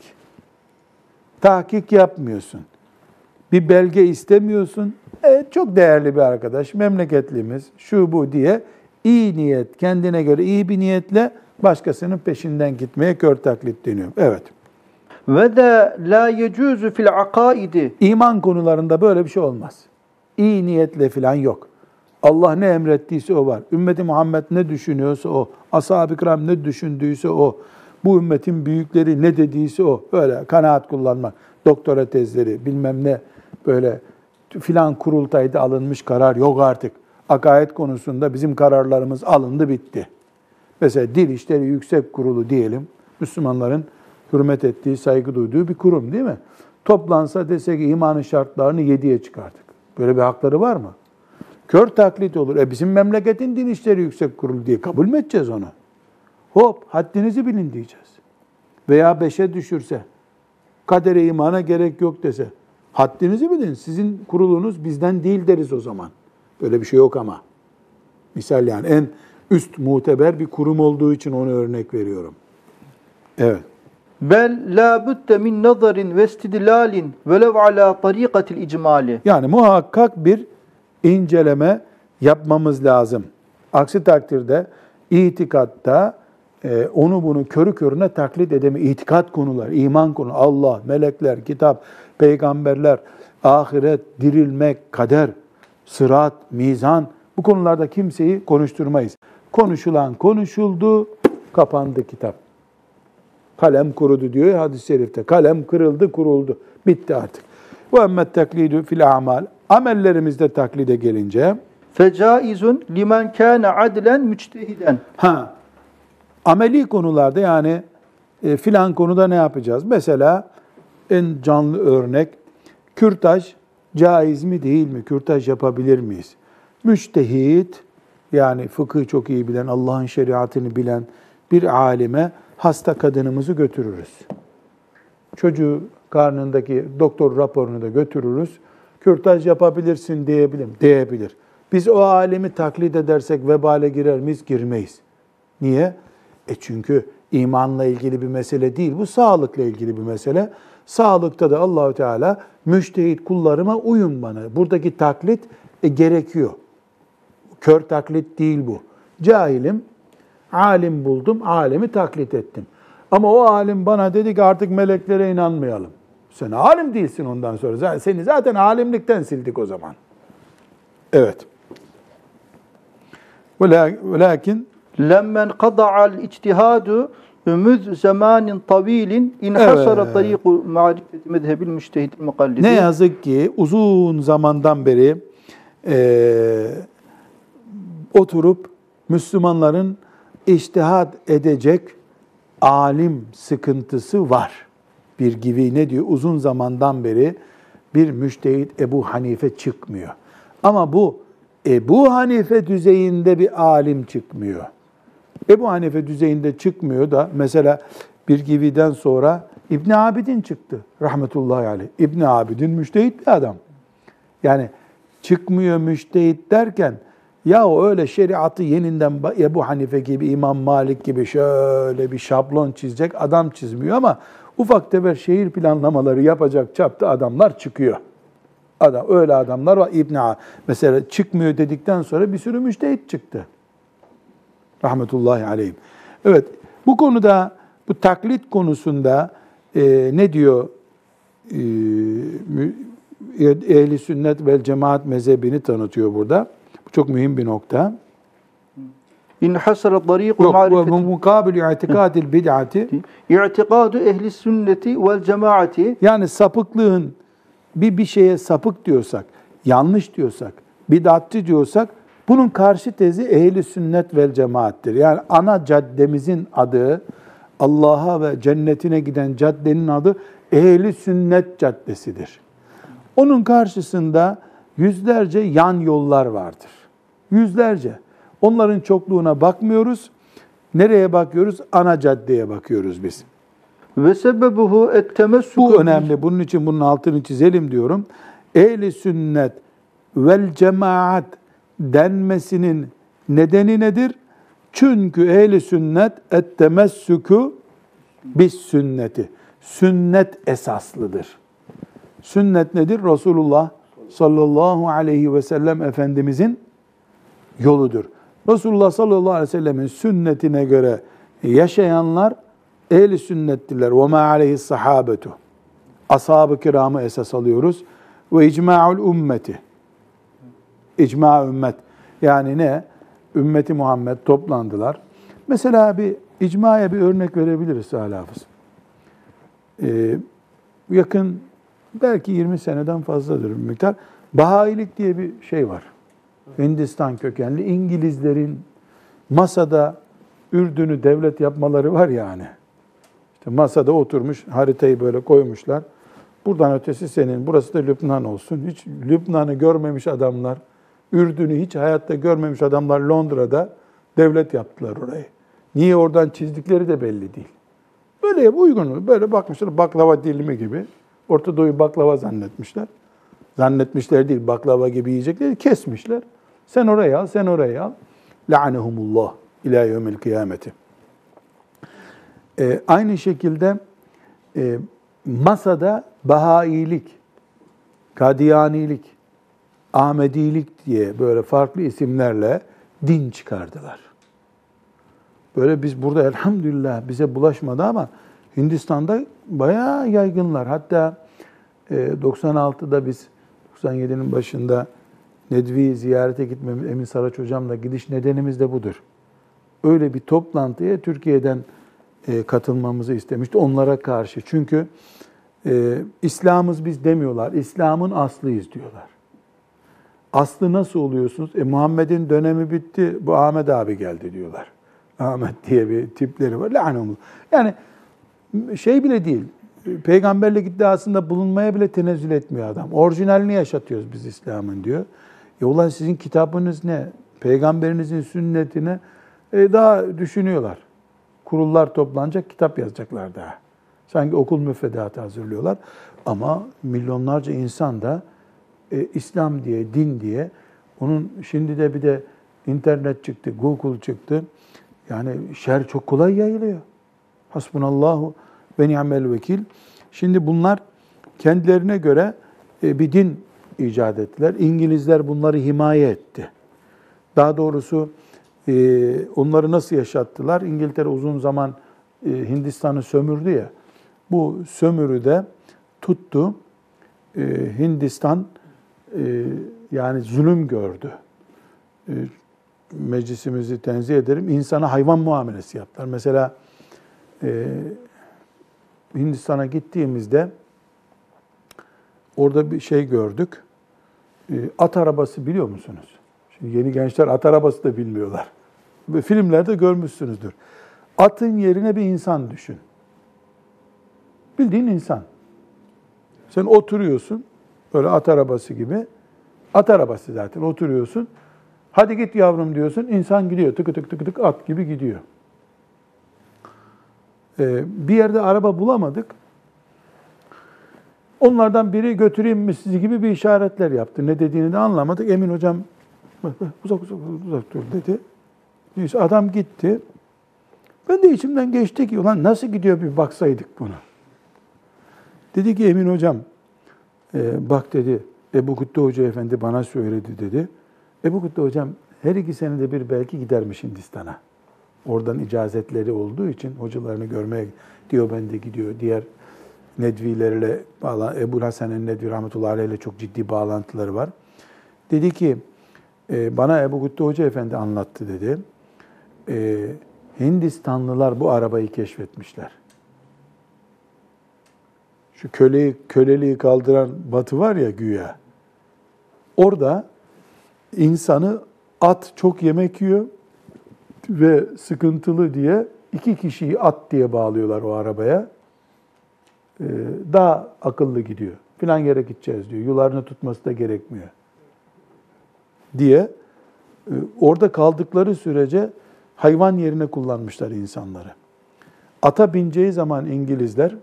Tahkik yapmıyorsun. Bir belge istemiyorsun. Çok değerli bir arkadaş, memleketlimiz, şu bu diye iyi niyet, kendine göre iyi bir niyetle başkasının peşinden gitmeye kör taklit deniyor. Evet. وَذَا لَا يَجُوزُ فِي الْعَقَائِدِ. İman konularında böyle bir şey olmaz. İyi niyetle falan yok. Allah ne emrettiyse o var. Ümmeti Muhammed ne düşünüyorsa o. Ashab-ı kiram ne düşündüyse o. Bu ümmetin büyükleri ne dediyse o. Böyle kanaat kullanmak. Doktora tezleri bilmem ne böyle filan kurultayda alınmış karar yok artık. Akaid konusunda bizim kararlarımız alındı bitti. Mesela Dil İşleri Yüksek Kurulu diyelim. Müslümanların hürmet ettiği, saygı duyduğu bir kurum değil mi? Toplansa dese ki imanın şartlarını 7'ye çıkarttık. Böyle bir hakları var mı? Kör taklit olur. Bizim memleketin Din İşleri Yüksek Kurulu diye kabul mü edeceğiz onu? Hop haddinizi bilin diyeceğiz. Veya 5'e düşürse, kadere imana gerek yok dese, haddinizi bilin. Sizin kurulunuz bizden değil deriz o zaman. Böyle bir şey yok ama. Misal yani en üst muteber bir kurum olduğu için onu örnek veriyorum. Evet. Bel la budde min nazarin ve istidlalin velev ala tarikatil icmali. Yani muhakkak bir inceleme yapmamız lazım. Aksi takdirde itikatta onu bunu körü körüne taklit edemeyiz. İtikat konuları, iman konuları, Allah, melekler, kitap, peygamberler, ahiret, dirilmek, kader, sırat, mizan, bu konularda kimseyi konuşturmayız. Konuşulan konuşuldu, kapandı kitap. Kalem kurudu diyor ya hadis-i şerifte. Kalem kırıldı, kuruldu. Bitti artık. Ve emmet taklidu fil amal. Amellerimizde taklide gelince Fecaizun limen kana adlen müçtehiden. Ameli konularda yani filan konuda ne yapacağız? Mesela en canlı örnek kürtaj caiz mi değil mi? Kürtaj yapabilir miyiz? Müçtehit yani fıkıh çok iyi bilen, Allah'ın şeriatını bilen bir alime hasta kadınımızı götürürüz. Çocuğu karnındaki doktor raporunu da götürürüz. Kürtaj yapabilirsin diyebilir. Biz o alimi taklit edersek vebale girer miyiz? Girmeyiz. Niye? Çünkü imanla ilgili bir mesele değil, bu sağlıkla ilgili bir mesele. Sağlıkta da Allahu Teala müçtehit kullarıma uyun bana. Buradaki taklit gerekiyor. Kör taklit değil bu. Cahilim, alim buldum, alimi taklit ettim. Ama o alim bana dedi ki artık meleklere inanmayalım. Sen alim değilsin ondan sonra. Seni zaten alimlikten sildik o zaman. Evet. Velakin Lemmen kada'al ictihadu müz zamanin tavilin inhasara tariku ma'rifeti mezhebil müştehid mukallidi. Ne yazık ki uzun zamandan beri oturup Müslümanların içtihat edecek alim sıkıntısı var. Bir gibi ne diyor? Uzun zamandan beri bir müştehit Ebu Hanife çıkmıyor. Ama bu Ebu Hanife düzeyinde bir alim çıkmıyor. Ebu Hanife düzeyinde çıkmıyor da mesela bir gibiden sonra İbn Abidin çıktı rahmetullahi aleyh. İbn Abidin müştehit bir adam. Yani çıkmıyor müştehit derken ya o öyle şeriatı yeniden Ebu Hanife gibi, İmam Malik gibi şöyle bir şablon çizecek adam çizmiyor ama ufak tefek şehir planlamaları yapacak çapta adamlar çıkıyor. Öyle adamlar var. Mesela çıkmıyor dedikten sonra bir sürü müştehit çıktı. Rahmetullahi aleyhim. Evet, bu konuda, bu taklit konusunda ne diyor ehli sünnet vel cemaat mezhebini tanıtıyor burada. Bu çok mühim bir nokta. İn hasara tariqu Yok, bu ma'rifeti mukabil itikadil bid'ati, i'tikadu ehli sünneti vel cemaati. yani sapıklığın bir şeye sapık diyorsak, yanlış diyorsak, bid'atçı diyorsak bunun karşı tezi ehli sünnet vel cemaattir. Yani ana caddemizin adı, Allah'a ve cennetine giden caddenin adı ehli sünnet caddesidir. Onun karşısında yüzlerce yan yollar vardır. Yüzlerce. Onların çokluğuna bakmıyoruz. Nereye bakıyoruz? Ana caddeye bakıyoruz biz. Ve sebebuhu et-temessuk. Bu önemli. Bunun için bunun altını çizelim diyorum. Ehli sünnet vel cemaat denmesinin nedeni nedir? Çünkü ehli sünnet et-temessükü bis sünneti. Sünnet esaslıdır. Sünnet nedir? Resulullah sallallahu aleyhi ve sellem Efendimizin yoludur. Resulullah sallallahu aleyhi ve sellemin sünnetine göre yaşayanlar ehli sünnettiler. وَمَا عَلَيْهِ الصَّحَابَةُ. Ashab-ı kiramı esas alıyoruz. Ve icma'ul ümmeti. İcma ümmet. Yani ne? Ümmeti Muhammed toplandılar. Mesela bir icmaya bir örnek verebiliriz Salih Hafız. Yakın belki 20 seneden fazladır bir miktar. Bahailik diye bir şey var. Hindistan kökenli İngilizlerin masada Ürdün'ü devlet yapmaları var yani. İşte masada oturmuş, haritayı böyle koymuşlar. Buradan ötesi senin, burası da Lübnan olsun. Hiç Lübnan'ı görmemiş adamlar, Ürdün'ü hiç hayatta görmemiş adamlar Londra'da devlet yaptılar orayı. Niye oradan çizdikleri de belli değil. Böyle uygun, böyle bakmışlar baklava dilimi gibi. Orta Doğu'yu baklava zannetmişler. Zannetmişler değil, baklava gibi yiyecekleri kesmişler. Sen oraya al, sen oraya al. La'anehumullah ila yevmil kıyameti. Aynı şekilde masada Bahailik, Kadiyanilik, Ahmedilik diye böyle farklı isimlerle din çıkardılar. Böyle biz burada elhamdülillah bize bulaşmadı ama Hindistan'da bayağı yaygınlar. Hatta 96'da biz 97'nin başında Nedvi'yi ziyarete gitmemiz, Emin Saraç hocamla gidiş nedenimiz de budur. Öyle bir toplantıya Türkiye'den katılmamızı istemişti onlara karşı. Çünkü İslam'ız biz demiyorlar, İslam'ın aslıyız diyorlar. Aslı nasıl oluyorsunuz? Muhammed'in dönemi bitti, bu Ahmet abi geldi diyorlar. Ahmet diye bir tipleri var. Lanumullah. Yani şey bile değil, peygamberlik iddiasında bulunmaya bile tenezzül etmiyor adam. Orijinalini yaşatıyoruz biz İslam'ın diyor. Ulan sizin kitabınız ne? Peygamberinizin sünnetine daha düşünüyorlar. Kurullar toplanacak, kitap yazacaklar daha. Sanki okul müfredatı hazırlıyorlar. Ama milyonlarca insan da İslam diye, din diye, onun şimdi de bir de internet çıktı, Google çıktı. Yani şer çok kolay yayılıyor. Hasbunallahu ve ni'mel vekil. Şimdi bunlar kendilerine göre bir din icat ettiler. İngilizler bunları himaye etti. Daha doğrusu onları nasıl yaşattılar? İngiltere uzun zaman Hindistan'ı sömürdü ya. Bu sömürüde tuttu. Hindistan yani zulüm gördü. Meclisimizi tenzih ederim. İnsana hayvan muamelesi yaptılar. Mesela Hindistan'a gittiğimizde orada bir şey gördük. At arabası biliyor musunuz? Şimdi yeni gençler at arabası da bilmiyorlar. Filmlerde görmüşsünüzdür. Atın yerine bir insan düşün. Bildiğin insan. Sen oturuyorsun, böyle at arabası gibi. At arabası zaten, oturuyorsun. Hadi git yavrum diyorsun, insan gidiyor. Tıkı tık tık tık at gibi gidiyor. Bir yerde araba bulamadık. Onlardan biri götüreyim mi sizi gibi bir işaretler yaptı. Ne dediğini de anlamadık. Emin hocam uzak dur dedi. Neyse adam gitti. Ben de içimden geçti ki ulan nasıl gidiyor bir baksaydık buna. Dedi ki Emin hocam bak dedi Ebu Kutte Hoca Efendi bana söyledi dedi. Ebu Kutte hocam her 2 senede bir belki gidermiş Hindistan'a. Oradan icazetleri olduğu için hocalarını görmeye Diyoben'de gidiyor, diğer Nedvilerle, Ebu Hasan Nedvi rahmetullahi aleyh ile çok ciddi bağlantıları var. Dedi ki, bana Ebu Gütte Hoca Efendi anlattı dedi. Hindistanlılar bu arabayı keşfetmişler. Şu köleliği kaldıran Batı var ya güya. Orada insanı at çok yemek yiyor ve sıkıntılı diye 2 kişiyi at diye bağlıyorlar o arabaya. Daha akıllı gidiyor. Filan yere gideceğiz diyor. Yularını tutması da gerekmiyor diye. Orada kaldıkları sürece hayvan yerine kullanmışlar insanları. Ata bineceği zaman İngilizler,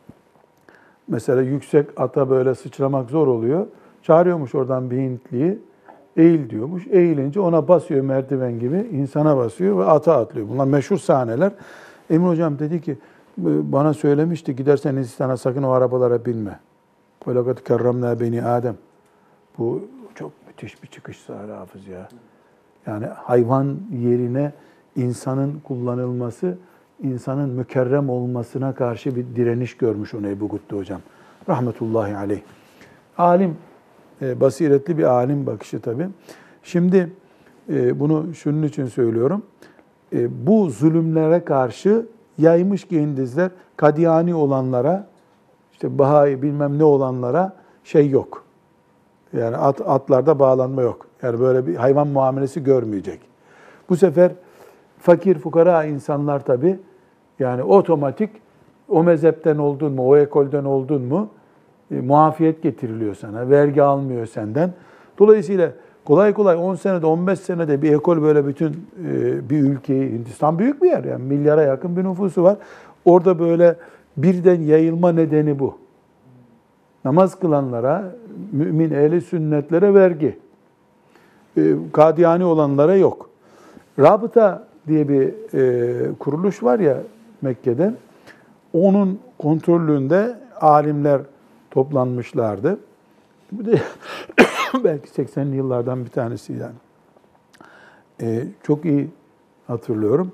mesela yüksek ata böyle sıçramak zor oluyor. Çağırıyormuş oradan bir Hintliyi, eğil diyormuş. Eğilince ona basıyor merdiven gibi, insana basıyor ve ata atlıyor. Bunlar meşhur sahneler. Emin Hocam dedi ki, bana söylemişti, gidersen Hindistan'a sakın o arabalara binme. وَلَقَدْ كَرَّمْنَا beni Adem. Bu çok müthiş bir çıkış Salih Hafız ya. Yani hayvan yerine insanın kullanılması, insanın mükerrem olmasına karşı bir direniş görmüş onu Ebu Gütte Hocam. Rahmetullahi aleyh. Alim, basiretli bir alim bakışı tabii. Şimdi bunu şunun için söylüyorum. Bu zulümlere karşı yaymış ki İngilizler, Kadiyani olanlara, işte Bahai bilmem ne olanlara şey yok. Yani atlarda bağlanma yok. Yani böyle bir hayvan muamelesi görmeyecek. Bu sefer fakir fukara insanlar tabii yani otomatik o mezhepten oldun mu, o ekolden oldun mu muafiyet getiriliyor sana. Vergi almıyor senden. Dolayısıyla kolay kolay 10 senede 15 senede bir ekol böyle bütün bir ülkeyi, Hindistan büyük bir yer yani milyara yakın bir nüfusu var. Orada böyle birden yayılma nedeni bu. Namaz kılanlara, mümin ehli sünnetlere vergi. Kadiyani olanlara yok. Rabıta diye bir kuruluş var ya Mekke'de. Onun kontrolünde alimler toplanmışlardı. Bu da belki 80'li yıllardan bir tanesi yani. Çok iyi hatırlıyorum.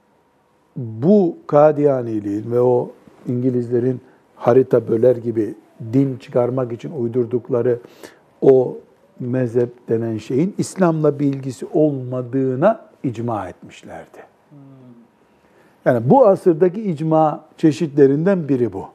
Bu Kadiyaniliğin ve o İngilizlerin harita böler gibi din çıkarmak için uydurdukları o mezhep denen şeyin İslam'la bir ilgisi olmadığına icma etmişlerdi. Yani bu asırdaki icma çeşitlerinden biri bu.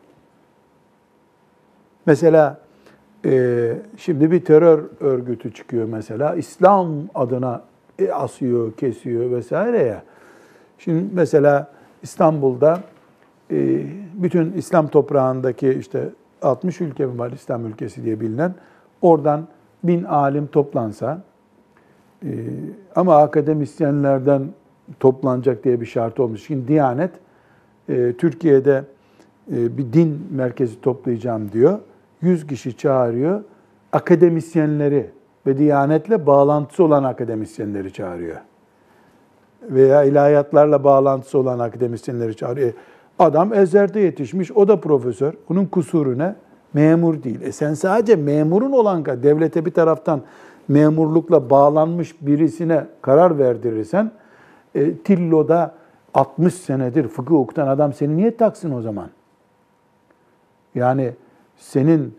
Mesela şimdi bir terör örgütü çıkıyor mesela. İslam adına asıyor, kesiyor vesaire ya. Şimdi mesela İstanbul'da bütün İslam toprağındaki işte 60 ülke mi var İslam ülkesi diye bilinen, oradan 1000 alim toplansa ama akademisyenlerden toplanacak diye bir şart olmuş. Şimdi Diyanet Türkiye'de bir din merkezi toplayacağım diyor. 100 kişi çağırıyor. Akademisyenleri ve Diyanet'le bağlantısı olan akademisyenleri çağırıyor. Veya ilahiyatlarla bağlantısı olan akademisyenleri çağırıyor. Adam Ezher'de yetişmiş, o da profesör. Bunun kusuru ne? Memur değil. Sen sadece memurun olan, devlete bir taraftan memurlukla bağlanmış birisine karar verdirirsen, Tillo'da 60 senedir fıkıh okutan adam seni niye taksın o zaman? Yani senin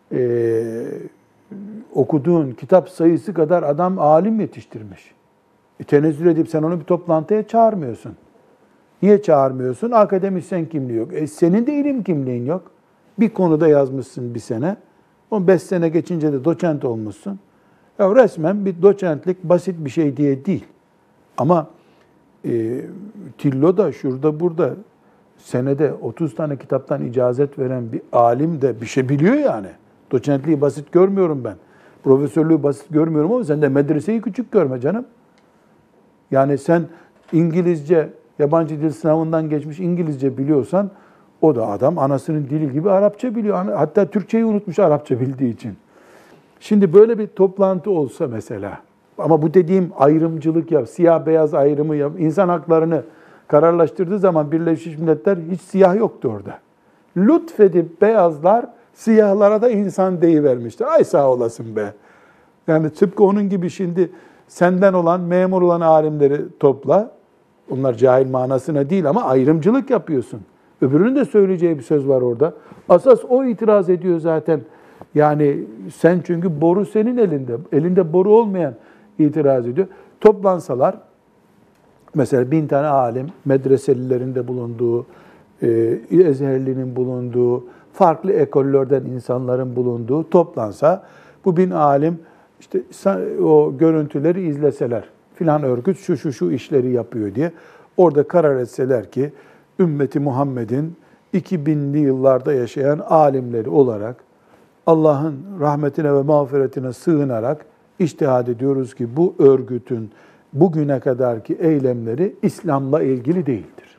okuduğun kitap sayısı kadar adam alim yetiştirmiş. Tenezzül edip sen onu bir toplantıya çağırmıyorsun. Niye çağırmıyorsun? Akademisyen kimliği yok. Senin de ilim kimliğin yok. Bir konuda yazmışsın bir sene. 15 sene geçince de doçent olmuşsun. Ya resmen bir doçentlik basit bir şey diye değil. Ama Tillo'da, şurada, burada senede 30 tane kitaptan icazet veren bir alim de bir şey biliyor yani. Doçentliği basit görmüyorum ben. Profesörlüğü basit görmüyorum ama sen de medreseyi küçük görme canım. Yani sen İngilizce, yabancı dil sınavından geçmiş İngilizce biliyorsan, o da adam anasının dili gibi Arapça biliyor. Hatta Türkçeyi unutmuş Arapça bildiği için. Şimdi böyle bir toplantı olsa mesela, ama bu dediğim ayrımcılık yap, siyah beyaz ayrımı yap, insan haklarını kararlaştırdığı zaman Birleşmiş Milletler hiç siyah yoktu orada. Lütfedip beyazlar siyahlara da insan deyivermişler. Ay sağ olasın be. Yani tıpkı onun gibi şimdi senden olan, memur olan alimleri topla. Onlar cahil manasına değil ama ayrımcılık yapıyorsun. Öbürünün de söyleyeceği bir söz var orada. Asas o itiraz ediyor zaten. Yani sen çünkü boru senin elinde. Elinde boru olmayan itiraz ediyor. Toplansalar, mesela 1000 tane alim, medreselilerin de bulunduğu, Ezherli'nin bulunduğu, farklı ekollerden insanların bulunduğu toplansa, bu 1000 alim işte o görüntüleri izleseler, filan örgüt şu işleri yapıyor diye, orada karar etseler ki, ümmeti Muhammed'in 2000'li yıllarda yaşayan alimleri olarak, Allah'ın rahmetine ve mağfiretine sığınarak içtihad ediyoruz ki bu örgütün bugüne kadarki eylemleri İslam'la ilgili değildir.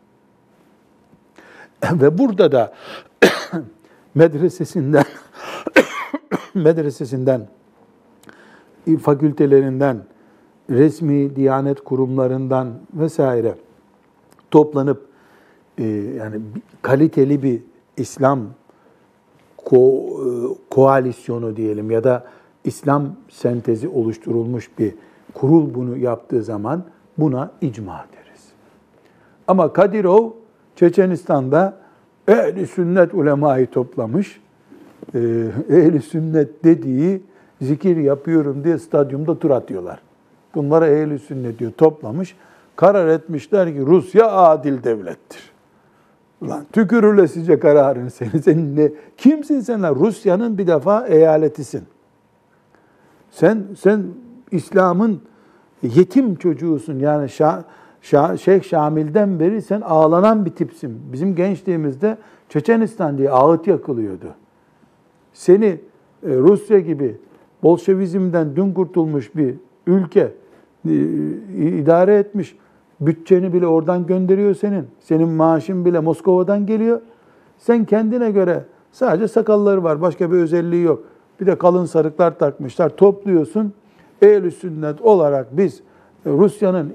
Ve burada da medresesinden, fakültelerinden, resmi diyanet kurumlarından vesaire toplanıp yani kaliteli bir İslam koalisyonu diyelim ya da İslam sentezi oluşturulmuş bir kurul bunu yaptığı zaman buna icma deriz. Ama Kadirov Çeçenistan'da ehl-i sünnet ulemayı toplamış. Ehl-i sünnet dediği zikir yapıyorum diye stadyumda tur atıyorlar. Bunlara ehl-i sünnet diyor toplamış. Karar etmişler ki Rusya adil devlettir. Ulan tükürülesice kararın seni. Sen ne? Kimsin sen lan? Rusya'nın bir defa eyaletisin. Sen İslam'ın yetim çocuğusun. Yani Şeyh Şamil'den beri sen ağlanan bir tipsin. Bizim gençliğimizde Çeçenistan diye ağıt yakılıyordu. Seni Rusya gibi Bolşevizmden dün kurtulmuş bir ülke idare etmiş. Bütçeni bile oradan gönderiyor senin. Senin maaşın bile Moskova'dan geliyor. Sen kendine göre sadece sakalları var. Başka bir özelliği yok. Bir de kalın sarıklar takmışlar. Topluyorsun. Ehl-i sünnet olarak biz Rusya'nın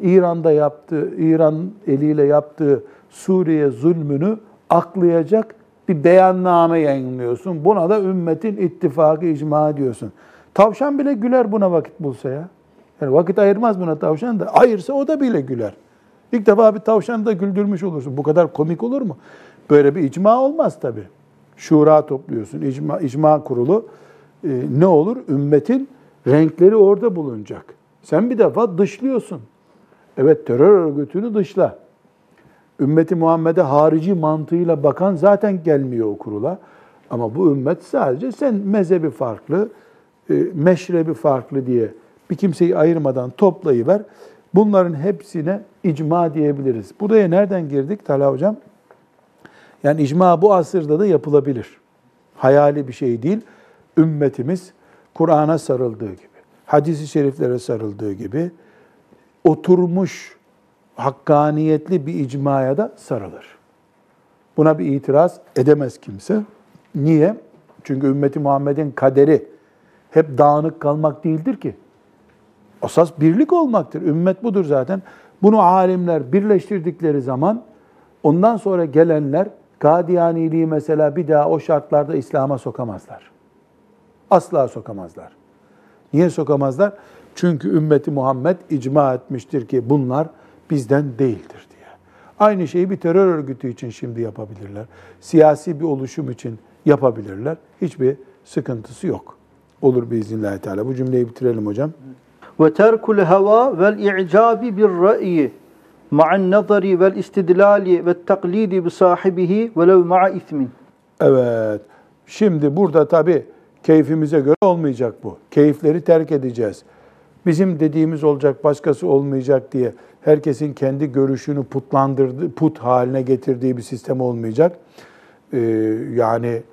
İran eliyle yaptığı Suriye zulmünü aklayacak bir beyanname yayınlıyorsun. Buna da ümmetin ittifakı icma diyorsun. Tavşan bile güler buna vakit bulsa ya. Yani vakit ayırmaz buna tavşan da. Ayırsa o da bile güler. İlk defa bir tavşanı da güldürmüş olursun. Bu kadar komik olur mu? Böyle bir icma olmaz tabii. Şura topluyorsun. İcma kurulu. Ne olur? Ümmetin renkleri orada bulunacak. Sen bir defa dışlıyorsun. Evet, terör örgütünü dışla. Ümmeti Muhammed'e harici mantığıyla bakan zaten gelmiyor o kurula. Ama bu ümmet sadece sen mezhebi farklı, meşrebi farklı diye bir kimseyi ayırmadan toplayıver. Bunların hepsine icma diyebiliriz. Buraya nereden girdik Talha Hocam? Yani icma bu asırda da yapılabilir. Hayali bir şey değil. Ümmetimiz Kur'an'a sarıldığı gibi, hadis-i şeriflere sarıldığı gibi oturmuş hakkaniyetli bir icmaya da sarılır. Buna bir itiraz edemez kimse. Niye? Çünkü ümmeti Muhammed'in kaderi hep dağınık kalmak değildir ki. Asas birlik olmaktır. Ümmet budur zaten. Bunu alimler birleştirdikleri zaman ondan sonra gelenler Kadiyaniliği mesela bir daha o şartlarda İslam'a sokamazlar. Asla sokamazlar. Niye sokamazlar? Çünkü ümmeti Muhammed icma etmiştir ki bunlar bizden değildir diye. Aynı şeyi bir terör örgütü için şimdi yapabilirler. Siyasi bir oluşum için yapabilirler. Hiçbir sıkıntısı yok. Olur biiznillahü teala. Bu cümleyi bitirelim hocam. Ve terkul heva vel i'cabi bir ra'yi ma'an nazari vel istidlali ve taklidi bi sahibihi velev ma'a ismin. Evet. Şimdi burada tabii keyfimize göre olmayacak bu. Keyifleri terk edeceğiz. Bizim dediğimiz olacak, başkası olmayacak diye herkesin kendi görüşünü put haline getirdiği bir sistem olmayacak. Yani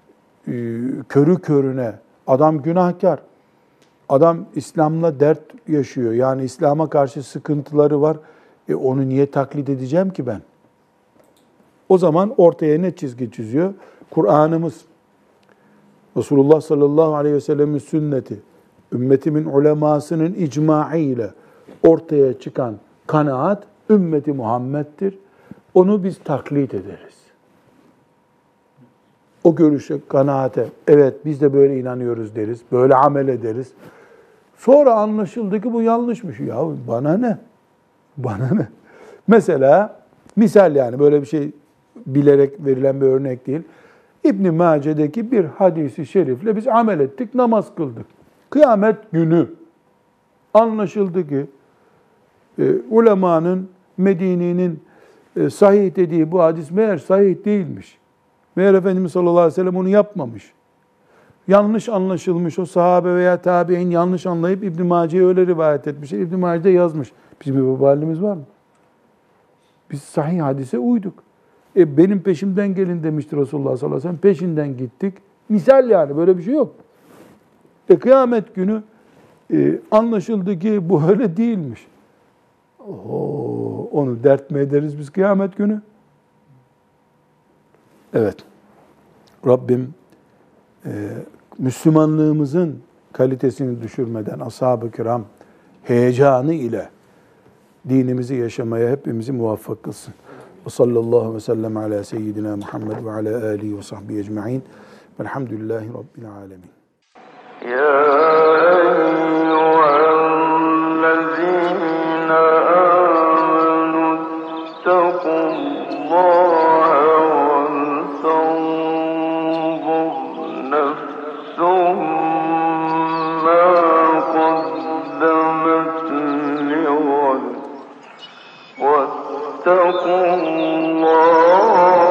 körü körüne adam günahkar. Adam İslam'la dert yaşıyor. Yani İslam'a karşı sıkıntıları var. Onu niye taklit edeceğim ki ben? O zaman ortaya ne çizgi çiziyor? Kur'an'ımız, Resulullah sallallahu aleyhi ve sellem'in sünneti, ümmetimin ulemasının icmaı ile ortaya çıkan kanaat ümmeti Muhammed'dir. Onu biz taklit ederiz. O görüşe, kanaate, evet biz de böyle inanıyoruz deriz, böyle amel ederiz. Sonra anlaşıldı ki bu yanlışmış. Ya bana ne? Bana ne? Mesela misal yani böyle bir şey bilerek verilen bir örnek değil. İbn-i Mace'deki bir hadisi şerifle biz amel ettik, namaz kıldık. Kıyamet günü anlaşıldı ki ulemanın, Medine'nin sahih dediği bu hadis meğer sahih değilmiş. Meğer Efendimiz sallallahu aleyhi ve sellem onu yapmamış. Yanlış anlaşılmış, o sahabe veya tabi'in yanlış anlayıp İbn-i Mace'ye öyle rivayet etmişler. İbn-i Mace'de yazmış. Bizim bir vebalimiz var mı? Biz sahih hadise uyduk. Benim peşimden gelin demişti Resulullah sallallahu aleyhi ve sellem. Peşinden gittik. Misal yani, böyle bir şey yok. Kıyamet günü anlaşıldı ki bu öyle değilmiş. Onu dert mi ederiz biz kıyamet günü? Evet. Rabbim Müslümanlığımızın kalitesini düşürmeden ashab-ı kiram heyecanı ile dinimizi yaşamaya hepimizi muvaffak kılsın. Ve sallallahu ve sellem ala seyyidina Muhammed ve ala alihi ve sahbihi ecma'in. Velhamdülillahi Rabbil alemin. واتقوا الله